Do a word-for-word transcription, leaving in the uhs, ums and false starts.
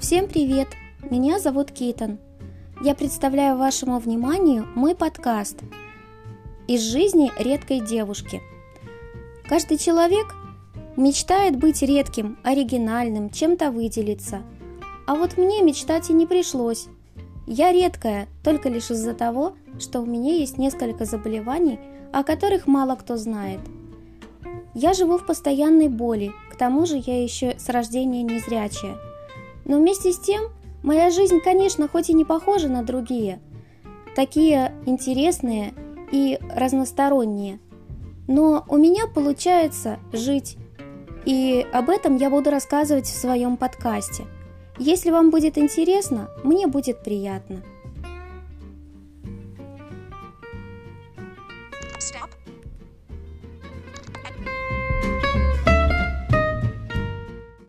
Всем привет! Меня зовут Китон. Я представляю вашему вниманию мой подкаст «Из жизни редкой девушки». Каждый человек мечтает быть редким, оригинальным, чем-то выделиться. А вот мне мечтать и не пришлось. Я редкая только лишь из-за того, что у меня есть несколько заболеваний, о которых мало кто знает. Я живу в постоянной боли, к тому же я еще с рождения незрячая. Но вместе с тем, моя жизнь, конечно, хоть и не похожа на другие, такие интересные и разносторонние, но у меня получается жить, и об этом я буду рассказывать в своем подкасте. Если вам будет интересно, мне будет приятно.